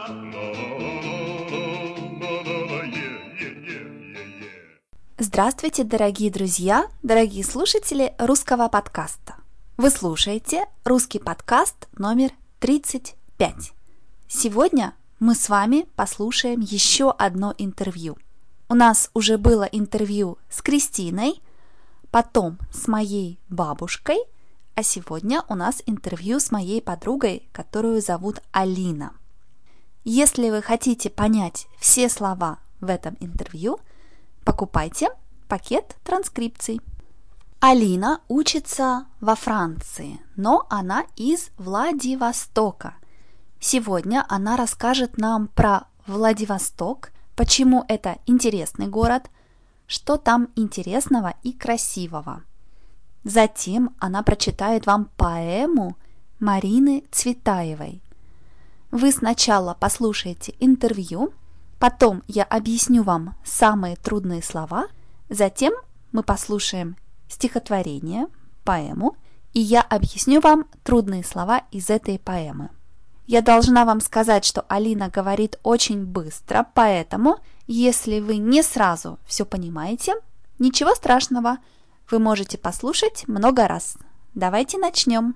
Здравствуйте, дорогие друзья, дорогие слушатели русского подкаста. Вы слушаете русский подкаст номер 35. Сегодня мы с вами послушаем еще одно интервью. У нас уже было интервью с Кристиной, потом с моей бабушкой, а сегодня у нас интервью с моей подругой, которую зовут Алина. Если вы хотите понять все слова в этом интервью, покупайте пакет транскрипций. Алина учится во Франции, но она из Владивостока. Сегодня она расскажет нам про Владивосток, почему это интересный город, что там интересного и красивого. Затем она прочитает вам поэму Марины Цветаевой. Вы сначала послушаете интервью, потом я объясню вам самые трудные слова, затем мы послушаем стихотворение, поэму, и я объясню вам трудные слова из этой поэмы. Я должна вам сказать, что Алина говорит очень быстро, поэтому, если вы не сразу все понимаете, ничего страшного, вы можете послушать много раз. Давайте начнем.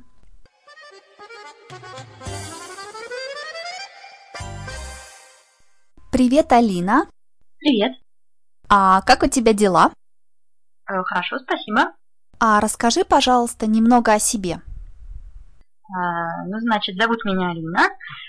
Привет, Алина. Привет. А как у тебя дела? Хорошо, спасибо. А расскажи, пожалуйста, немного о себе. Зовут меня Алина.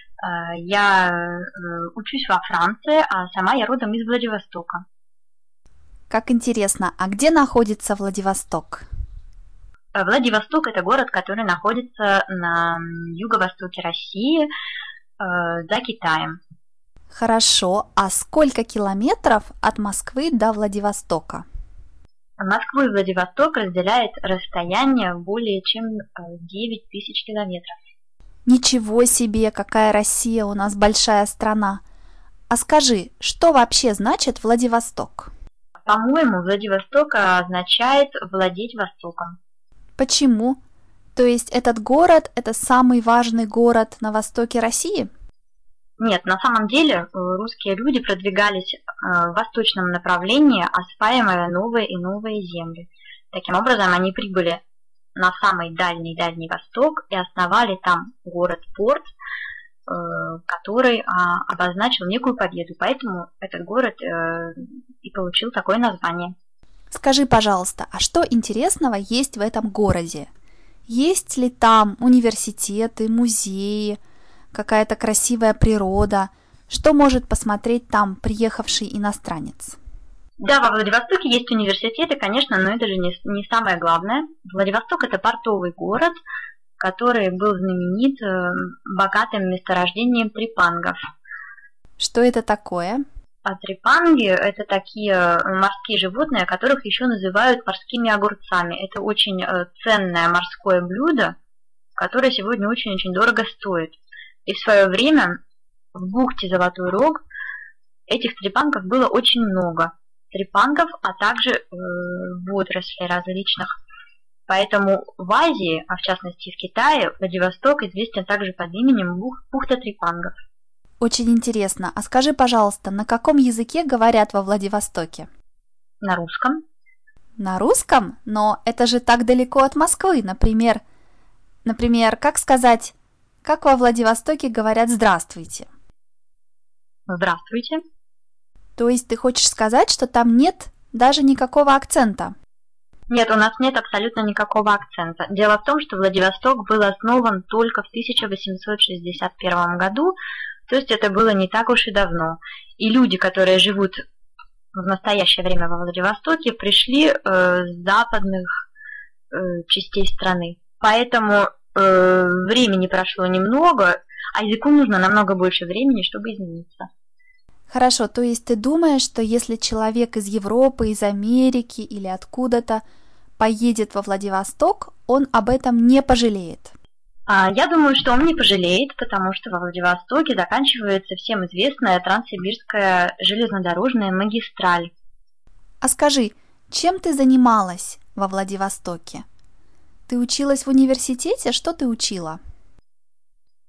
Я учусь во Франции, а сама я родом из Владивостока. Как интересно, а где находится Владивосток? Владивосток – это город, который находится на юго-востоке России, за Китаем. Хорошо, а сколько километров от Москвы до Владивостока? Москву и Владивосток разделяет расстояние более чем 9 тысяч километров. Ничего себе, какая Россия, у нас большая страна. А скажи, что вообще значит Владивосток? По-моему, Владивосток означает «владеть Востоком». Почему? То есть этот город – это самый важный город на востоке России? Нет, на самом деле русские люди продвигались в восточном направлении, осваивая новые и новые земли. Таким образом, они прибыли на самый дальний восток и основали там город-порт, который обозначил некую победу. Поэтому этот город и получил такое название. Скажи, пожалуйста, а что интересного есть в этом городе? Есть ли там университеты, музеи, какая-то красивая природа? Что может посмотреть там приехавший иностранец? Да, во Владивостоке есть университеты, конечно, но это же не самое главное. Владивосток – это портовый город, который был знаменит богатым месторождением трепангов. Что это такое? А трепанги – это такие морские животные, которых еще называют морскими огурцами. Это очень ценное морское блюдо, которое сегодня очень-очень дорого стоит. И в свое время в бухте Золотой Рог этих трепангов было очень много. Трепангов, а также водорослей различных. Поэтому в Азии, а в частности в Китае, Владивосток известен также под именем бухта трепангов. Очень интересно. А скажи, пожалуйста, на каком языке говорят во Владивостоке? На русском. На русском? Но это же так далеко от Москвы. Например, как сказать, как во Владивостоке говорят «здравствуйте»? Здравствуйте. То есть ты хочешь сказать, что там нет даже никакого акцента? Нет, у нас нет абсолютно никакого акцента. Дело в том, что Владивосток был основан только в 1861 году, то есть это было не так уж и давно. И люди, которые живут в настоящее время во Владивостоке, пришли с западных частей страны. Поэтому времени прошло немного, а языку нужно намного больше времени, чтобы измениться. Хорошо, то есть ты думаешь, что если человек из Европы, из Америки или откуда-то поедет во Владивосток, он об этом не пожалеет? Я думаю, что он не пожалеет, потому что во Владивостоке заканчивается всем известная Транссибирская железнодорожная магистраль. А скажи, чем ты занималась во Владивостоке? Ты училась в университете? Что ты учила?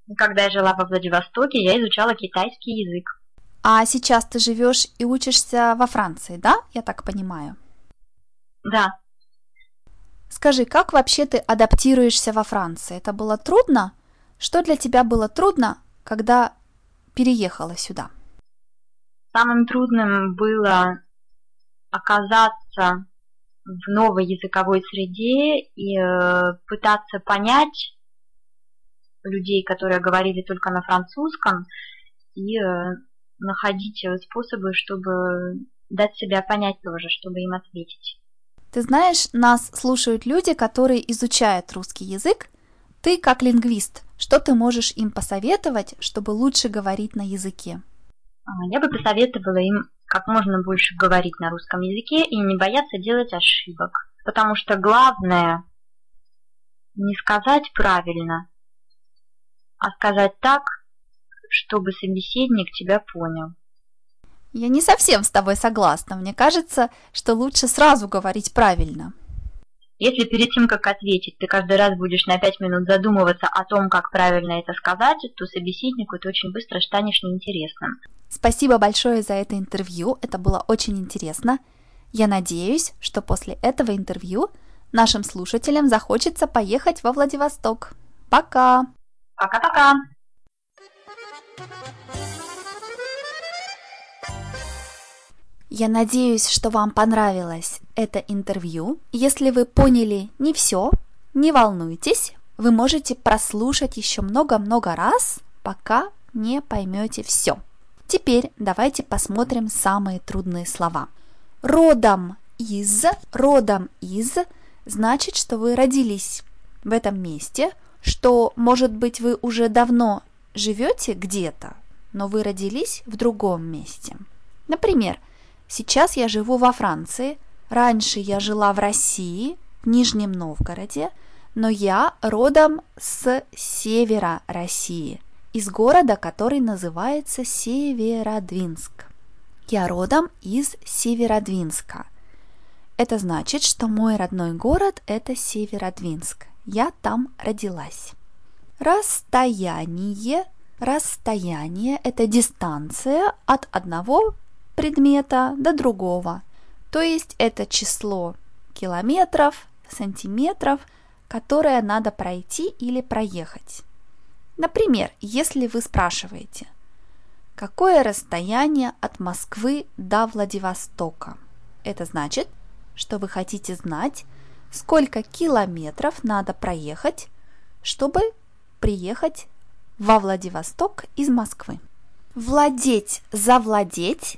Когда я жила во Владивостоке, я изучала китайский язык. А сейчас ты живешь и учишься во Франции, да? Я так понимаю. Да. Скажи, как вообще ты адаптируешься во Франции? Это было трудно? Что для тебя было трудно, когда переехала сюда? Самым трудным было оказаться в новой языковой среде и пытаться понять людей, которые говорили только на французском, и находить способы, чтобы дать себя понять тоже, чтобы им ответить. Ты знаешь, нас слушают люди, которые изучают русский язык. Ты как лингвист, что ты можешь им посоветовать, чтобы лучше говорить на языке? Я бы посоветовала им как можно больше говорить на русском языке и не бояться делать ошибок. Потому что главное не сказать правильно, а сказать так, чтобы собеседник тебя понял. Я не совсем с тобой согласна. Мне кажется, что лучше сразу говорить правильно. Если перед тем, как ответить, ты каждый раз будешь на 5 минут задумываться о том, как правильно это сказать, то собеседнику ты очень быстро станешь неинтересным. Спасибо большое за это интервью. Это было очень интересно. Я надеюсь, что после этого интервью нашим слушателям захочется поехать во Владивосток. Пока! Пока-пока! Я надеюсь, что вам понравилось это интервью. Если вы поняли не все, не волнуйтесь. Вы можете прослушать еще много-много раз, пока не поймете все. Теперь давайте посмотрим самые трудные слова. Родом из значит, что вы родились в этом месте, что, может быть, вы уже давно живете где-то, но вы родились в другом месте. Например, сейчас я живу во Франции, раньше я жила в России, в Нижнем Новгороде, но я родом с севера России, из города, который называется Северодвинск. Я родом из Северодвинска. Это значит, что мой родной город – это Северодвинск. Я там родилась. Расстояние – это дистанция от одного предмета до другого. То есть это число километров, сантиметров, которое надо пройти или проехать. Например, если вы спрашиваете, какое расстояние от Москвы до Владивостока? Это значит, что вы хотите знать, сколько километров надо проехать, чтобы приехать во Владивосток из Москвы. Владеть, завладеть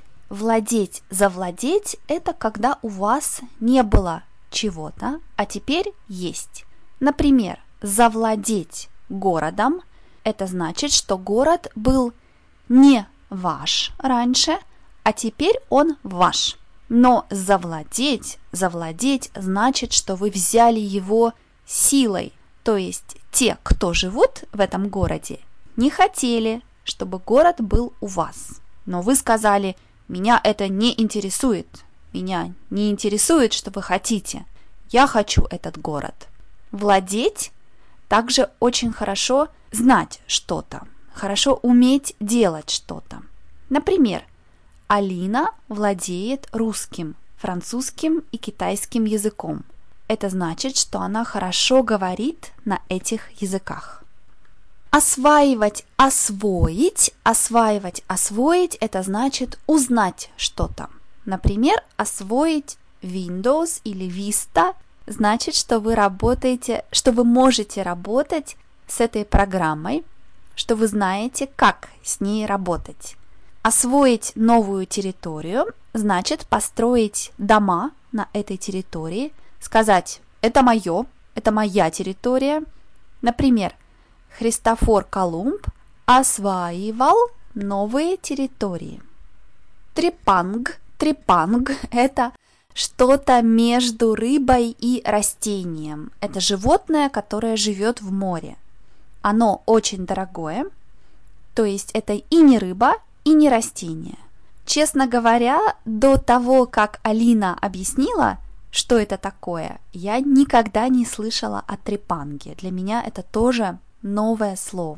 – это когда у вас не было чего-то, а теперь есть. Например, завладеть городом – это значит, что город был не ваш раньше, а теперь он ваш. Но завладеть значит, что вы взяли его силой. То есть те, кто живут в этом городе, не хотели, чтобы город был у вас. Но вы сказали, меня это не интересует. Меня не интересует, что вы хотите. Я хочу этот город. Владеть также очень хорошо знать что-то, хорошо уметь делать что-то. Например, Алина владеет русским, французским и китайским языком. Это значит, что она хорошо говорит на этих языках. Осваивать, освоить – это значит узнать что-то. Например, освоить Windows или Vista значит, что вы работаете, что вы можете работать с этой программой, что вы знаете, как с ней работать. Освоить новую территорию значит построить дома на этой территории, сказать «это мое, это моя территория». Например, Христофор Колумб осваивал новые территории. Трепанг – это что-то между рыбой и растением. Это животное, которое живет в море. Оно очень дорогое, то есть это и не рыба, и не растение. Честно говоря, до того, как Алина объяснила, что это такое, я никогда не слышала о трепанге. Для меня это тоже новое слово.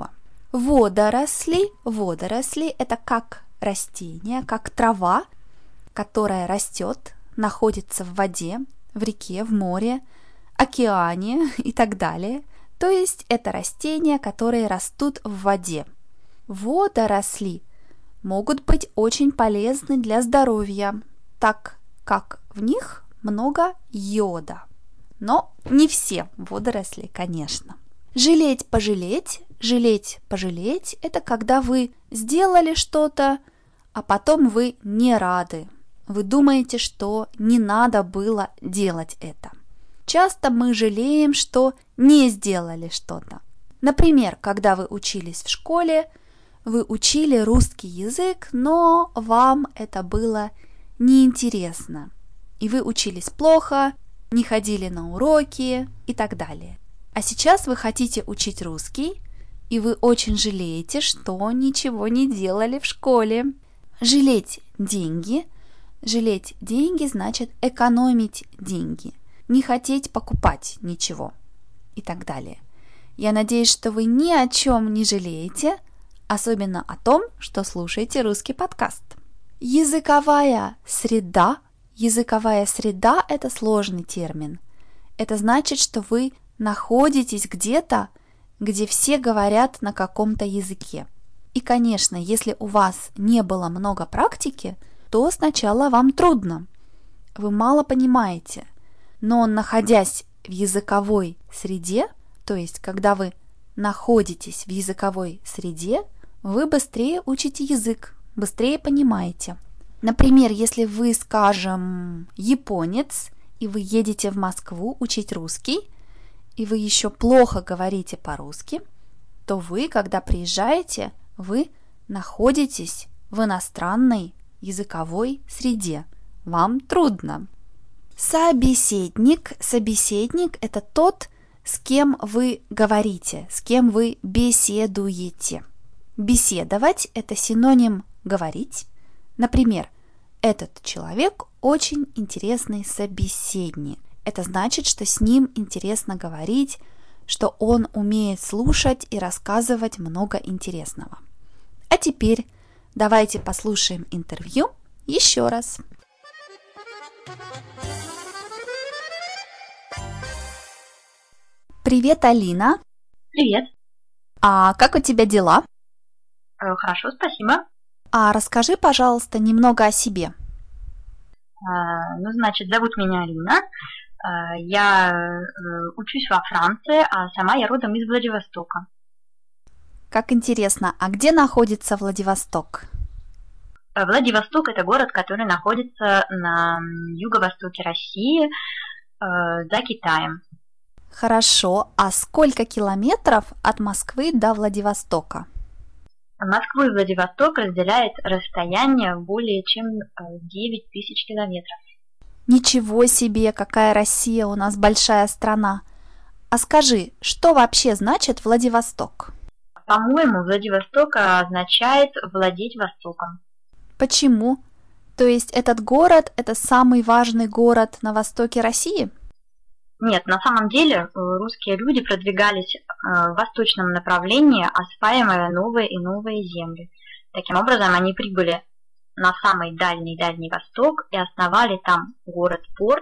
Водоросли. Водоросли – это как растение, как трава, которая растет, находится в воде, в реке, в море, океане и так далее. То есть это растения, которые растут в воде. Водоросли могут быть очень полезны для здоровья, так как в них много йода. Но не все водоросли, конечно. Жалеть, пожалеть. Жалеть, пожалеть – это когда вы сделали что-то, а потом вы не рады. Вы думаете, что не надо было делать это. Часто мы жалеем, что не сделали что-то. Например, когда вы учились в школе, вы учили русский язык, но вам это было неинтересно. И вы учились плохо, не ходили на уроки и так далее. А сейчас вы хотите учить русский, и вы очень жалеете, что ничего не делали в школе. Жалеть деньги значит экономить деньги, не хотеть покупать ничего и так далее. Я надеюсь, что вы ни о чем не жалеете, особенно о том, что слушаете русский подкаст. Языковая среда. Языковая среда – это сложный термин. Это значит, что вы находитесь где-то, где все говорят на каком-то языке. И, конечно, если у вас не было много практики, то сначала вам трудно. Вы мало понимаете. Но находясь в языковой среде, то есть когда вы находитесь в языковой среде, вы быстрее учите язык, быстрее понимаете. Например, если вы, скажем, японец, и вы едете в Москву учить русский, и вы еще плохо говорите по-русски, то вы, когда приезжаете, вы находитесь в иностранной языковой среде. Вам трудно. Собеседник. Собеседник – это тот, с кем вы говорите, с кем вы беседуете. Беседовать – это синоним говорить. Например, этот человек очень интересный собеседник. Это значит, что с ним интересно говорить, что он умеет слушать и рассказывать много интересного. А теперь давайте послушаем интервью еще раз. Привет, Алина. Привет. А как у тебя дела? Хорошо, спасибо. А расскажи, пожалуйста, немного о себе. Значит, зовут меня Алина. Я учусь во Франции, а сама я родом из Владивостока. Как интересно, а где находится Владивосток? Владивосток – это город, который находится на юго-востоке России, за Китаем. Хорошо, а сколько километров от Москвы до Владивостока? Москву и Владивосток разделяет расстояние более чем 9 тысяч километров. Ничего себе, какая Россия у нас большая страна. А скажи, что вообще значит Владивосток? По-моему, Владивосток означает «владеть Востоком». Почему? То есть этот город – это самый важный город на востоке России? Нет, на самом деле русские люди продвигались в восточном направлении, осваивая новые и новые земли. Таким образом, они прибыли на самый дальний восток и основали там город-порт,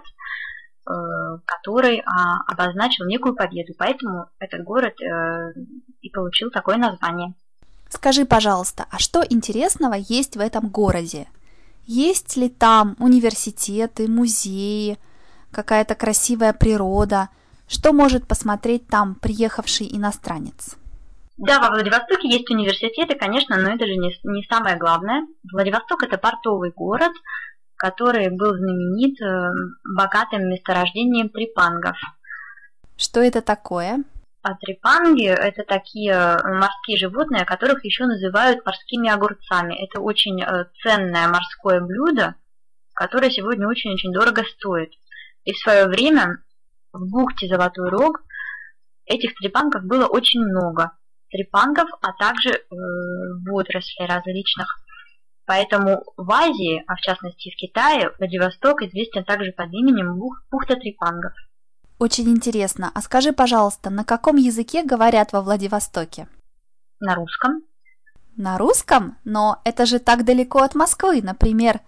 который обозначил некую победу. Поэтому этот город и получил такое название. Скажи, пожалуйста, а что интересного есть в этом городе? Есть ли там университеты, музеи, какая-то красивая природа? Что может посмотреть там приехавший иностранец? Да, во Владивостоке есть университеты, конечно, но это же не самое главное. Владивосток – это портовый город, который был знаменит богатым месторождением трепангов. Что это такое? А трепанги – это такие морские животные, которых еще называют морскими огурцами. Это очень ценное морское блюдо, которое сегодня очень-очень дорого стоит. И в свое время в бухте Золотой Рог этих трепангов было очень много. Трепангов, а также водорослей различных. Поэтому в Азии, а в частности в Китае, Владивосток известен также под именем бухта трепангов. Очень интересно. А скажи, пожалуйста, на каком языке говорят во Владивостоке? На русском. На русском? Но это же так далеко от Москвы. Например,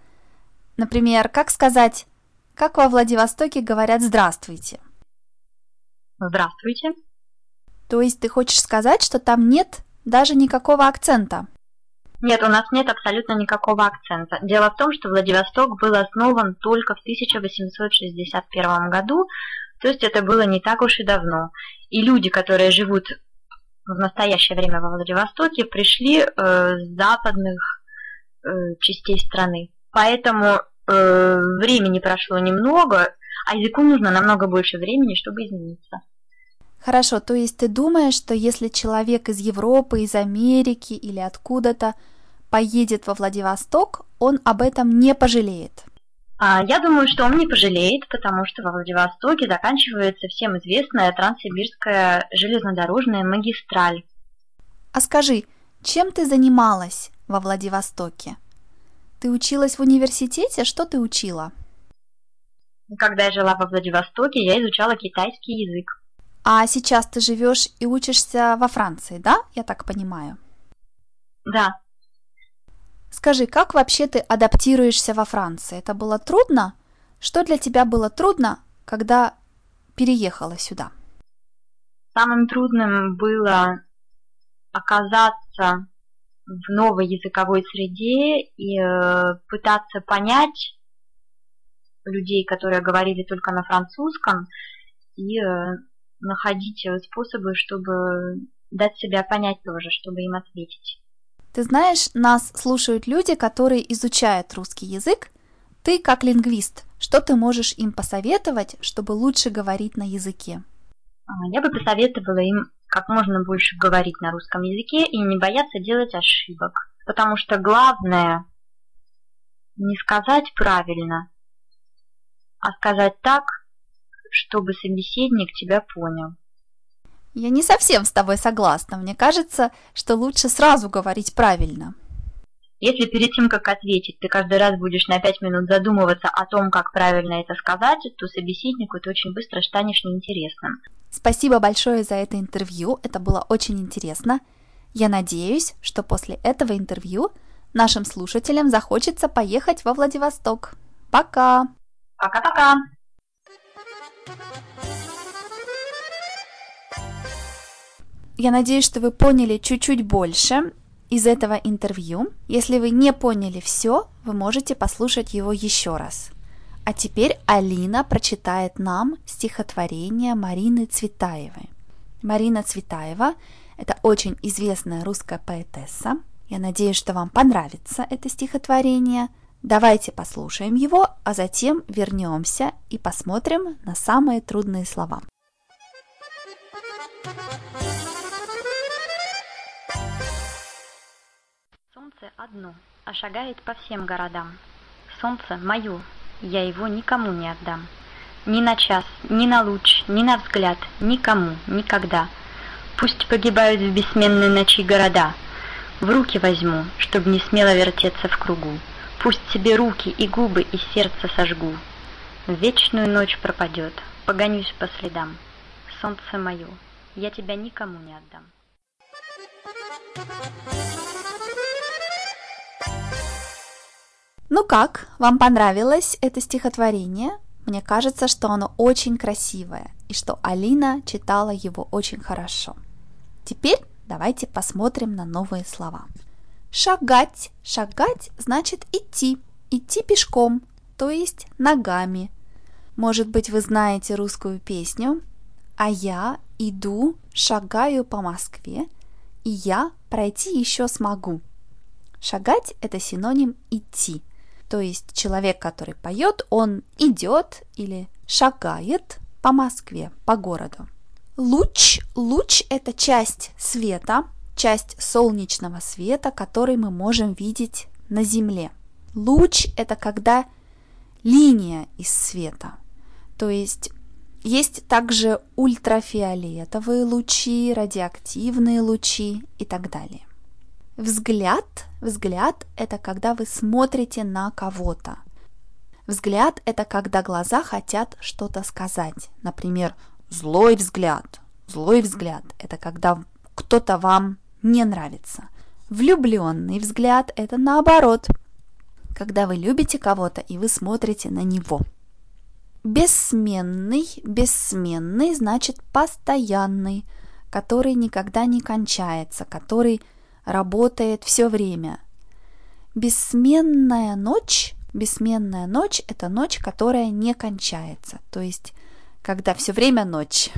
как сказать, как во Владивостоке говорят «здравствуйте»? Здравствуйте. То есть ты хочешь сказать, что там нет даже никакого акцента? Нет, у нас нет абсолютно никакого акцента. Дело в том, что Владивосток был основан только в 1861 году, то есть это было не так уж и давно. И люди, которые живут в настоящее время во Владивостоке, пришли с западных частей страны. Поэтому времени прошло немного, а языку нужно намного больше времени, чтобы измениться. Хорошо, то есть ты думаешь, что если человек из Европы, из Америки или откуда-то поедет во Владивосток, он об этом не пожалеет? Я думаю, что он не пожалеет, потому что во Владивостоке заканчивается всем известная Транссибирская железнодорожная магистраль. А скажи, чем ты занималась во Владивостоке? Ты училась в университете? Что ты учила? Когда я жила во Владивостоке, я изучала китайский язык. А сейчас ты живешь и учишься во Франции, да? Я так понимаю. Да. Скажи, как вообще ты адаптируешься во Франции? Это было трудно? Что для тебя было трудно, когда переехала сюда? Самым трудным было оказаться в новой языковой среде и пытаться понять людей, которые говорили только на французском, и находить способы, чтобы дать себя понять тоже, чтобы им ответить. Ты знаешь, нас слушают люди, которые изучают русский язык. Ты, как лингвист, что ты можешь им посоветовать, чтобы лучше говорить на языке? Я бы посоветовала им как можно больше говорить на русском языке и не бояться делать ошибок. Потому что главное не сказать правильно, а сказать так, чтобы собеседник тебя понял. Я не совсем с тобой согласна. Мне кажется, что лучше сразу говорить правильно. Если перед тем, как ответить, ты каждый раз будешь на 5 минут задумываться о том, как правильно это сказать, то собеседнику ты очень быстро станешь неинтересным. Спасибо большое за это интервью. Это было очень интересно. Я надеюсь, что после этого интервью нашим слушателям захочется поехать во Владивосток. Пока! Пока-пока! Я надеюсь, что вы поняли чуть-чуть больше из этого интервью. Если вы не поняли все, вы можете послушать его еще раз. А теперь Алина прочитает нам стихотворение Марины Цветаевой. Марина Цветаева – это очень известная русская поэтесса. Я надеюсь, что вам понравится это стихотворение. Давайте послушаем его, а затем вернемся и посмотрим на самые трудные слова. Солнце одно, а шагает по всем городам. Солнце мое, я его никому не отдам. Ни на час, ни на луч, ни на взгляд, никому, никогда. Пусть погибают в бессменной ночи города. В руки возьму, чтоб не смело вертеться в кругу. Пусть себе руки и губы и сердце сожгу. В вечную ночь пропадет, погонюсь по следам. Солнце мое, я тебя никому не отдам. Ну как, вам понравилось это стихотворение? Мне кажется, что оно очень красивое и что Алина читала его очень хорошо. Теперь давайте посмотрим на новые слова. Шагать. Шагать значит идти. Идти пешком, то есть ногами. Может быть, вы знаете русскую песню «А я иду, шагаю по Москве, и я пройти еще смогу». Шагать – это синоним идти. То есть человек, который поет, он идет или шагает по Москве, по городу. Луч. Луч – это часть света, часть солнечного света, который мы можем видеть на Земле. Луч – это когда линия из света. То есть также ультрафиолетовые лучи, радиоактивные лучи и так далее. Взгляд. Взгляд – это когда вы смотрите на кого-то. Взгляд – это когда глаза хотят что-то сказать. Например, злой взгляд. Злой взгляд – это когда кто-то вам не нравится. Влюбленный взгляд – это наоборот, когда вы любите кого-то и вы смотрите на него. Бессменный значит постоянный, который никогда не кончается, который работает все время. Бессменная ночь – это ночь, которая не кончается, то есть когда все время ночь.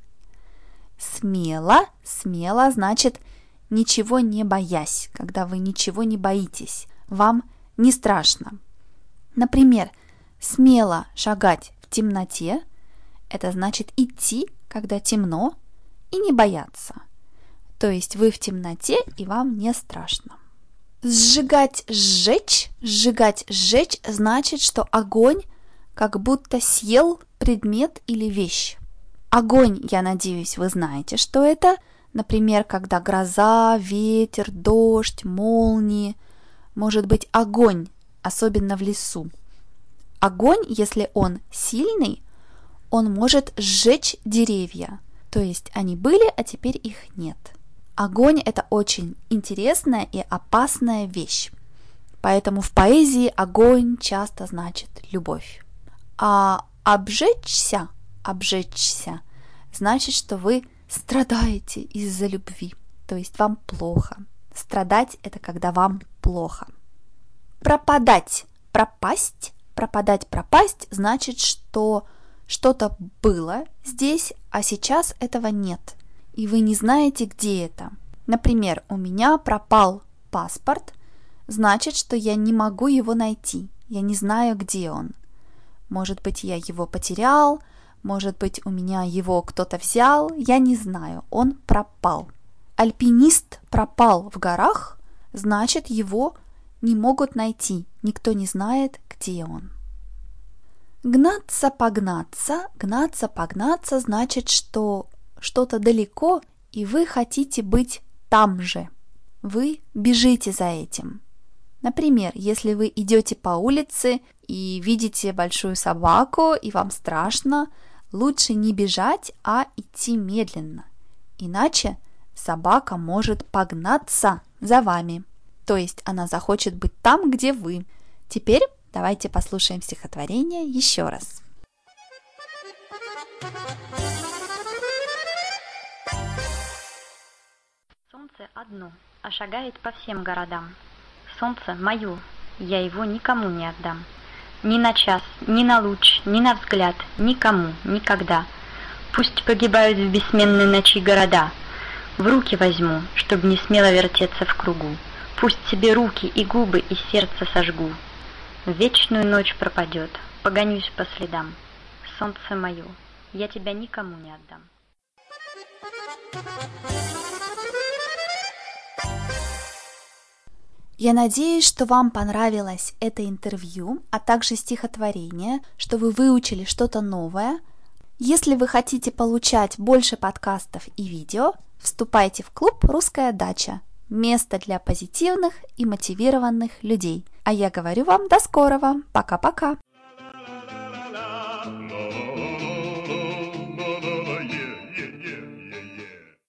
Смело значит ничего не боясь, когда вы ничего не боитесь, вам не страшно. Например, смело шагать в темноте – это значит идти, когда темно, и не бояться. То есть вы в темноте, и вам не страшно. Сжечь значит, что огонь как будто съел предмет или вещь. Огонь, я надеюсь, вы знаете, что это. Например, когда гроза, ветер, дождь, молнии. Может быть огонь, особенно в лесу. Огонь, если он сильный, он может сжечь деревья. То есть они были, а теперь их нет. Огонь – это очень интересная и опасная вещь. Поэтому в поэзии огонь часто значит любовь. А обжечься значит, что вы страдаете из-за любви. То есть вам плохо. Страдать – это когда вам плохо. Пропадать значит, что что-то было здесь, а сейчас этого нет, и вы не знаете, где это. Например, у меня пропал паспорт, значит, что я не могу его найти, я не знаю, где он. Может быть, я его потерял, может быть, у меня его кто-то взял, я не знаю, он пропал. Альпинист пропал в горах, значит, его не могут найти, никто не знает, где он. Гнаться значит, что что-то далеко, и вы хотите быть там же. Вы бежите за этим. Например, если вы идете по улице и видите большую собаку, и вам страшно, лучше не бежать, а идти медленно. Иначе собака может погнаться за вами. То есть она захочет быть там, где вы. Теперь давайте послушаем стихотворение еще раз. Солнце одно, а шагает по всем городам. Солнце мое, я его никому не отдам. Ни на час, ни на луч, ни на взгляд, никому, никогда. Пусть погибают в бессменной ночи города. В руки возьму, чтобы не смело вертеться в кругу. Пусть себе руки и губы и сердце сожгу. В вечную ночь пропадет, погонюсь по следам. Солнце мое, я тебя никому не отдам. Я надеюсь, что вам понравилось это интервью, а также стихотворение, что вы выучили что-то новое. Если вы хотите получать больше подкастов и видео, вступайте в клуб «Русская дача». Место для позитивных и мотивированных людей. А я говорю вам до скорого. Пока-пока.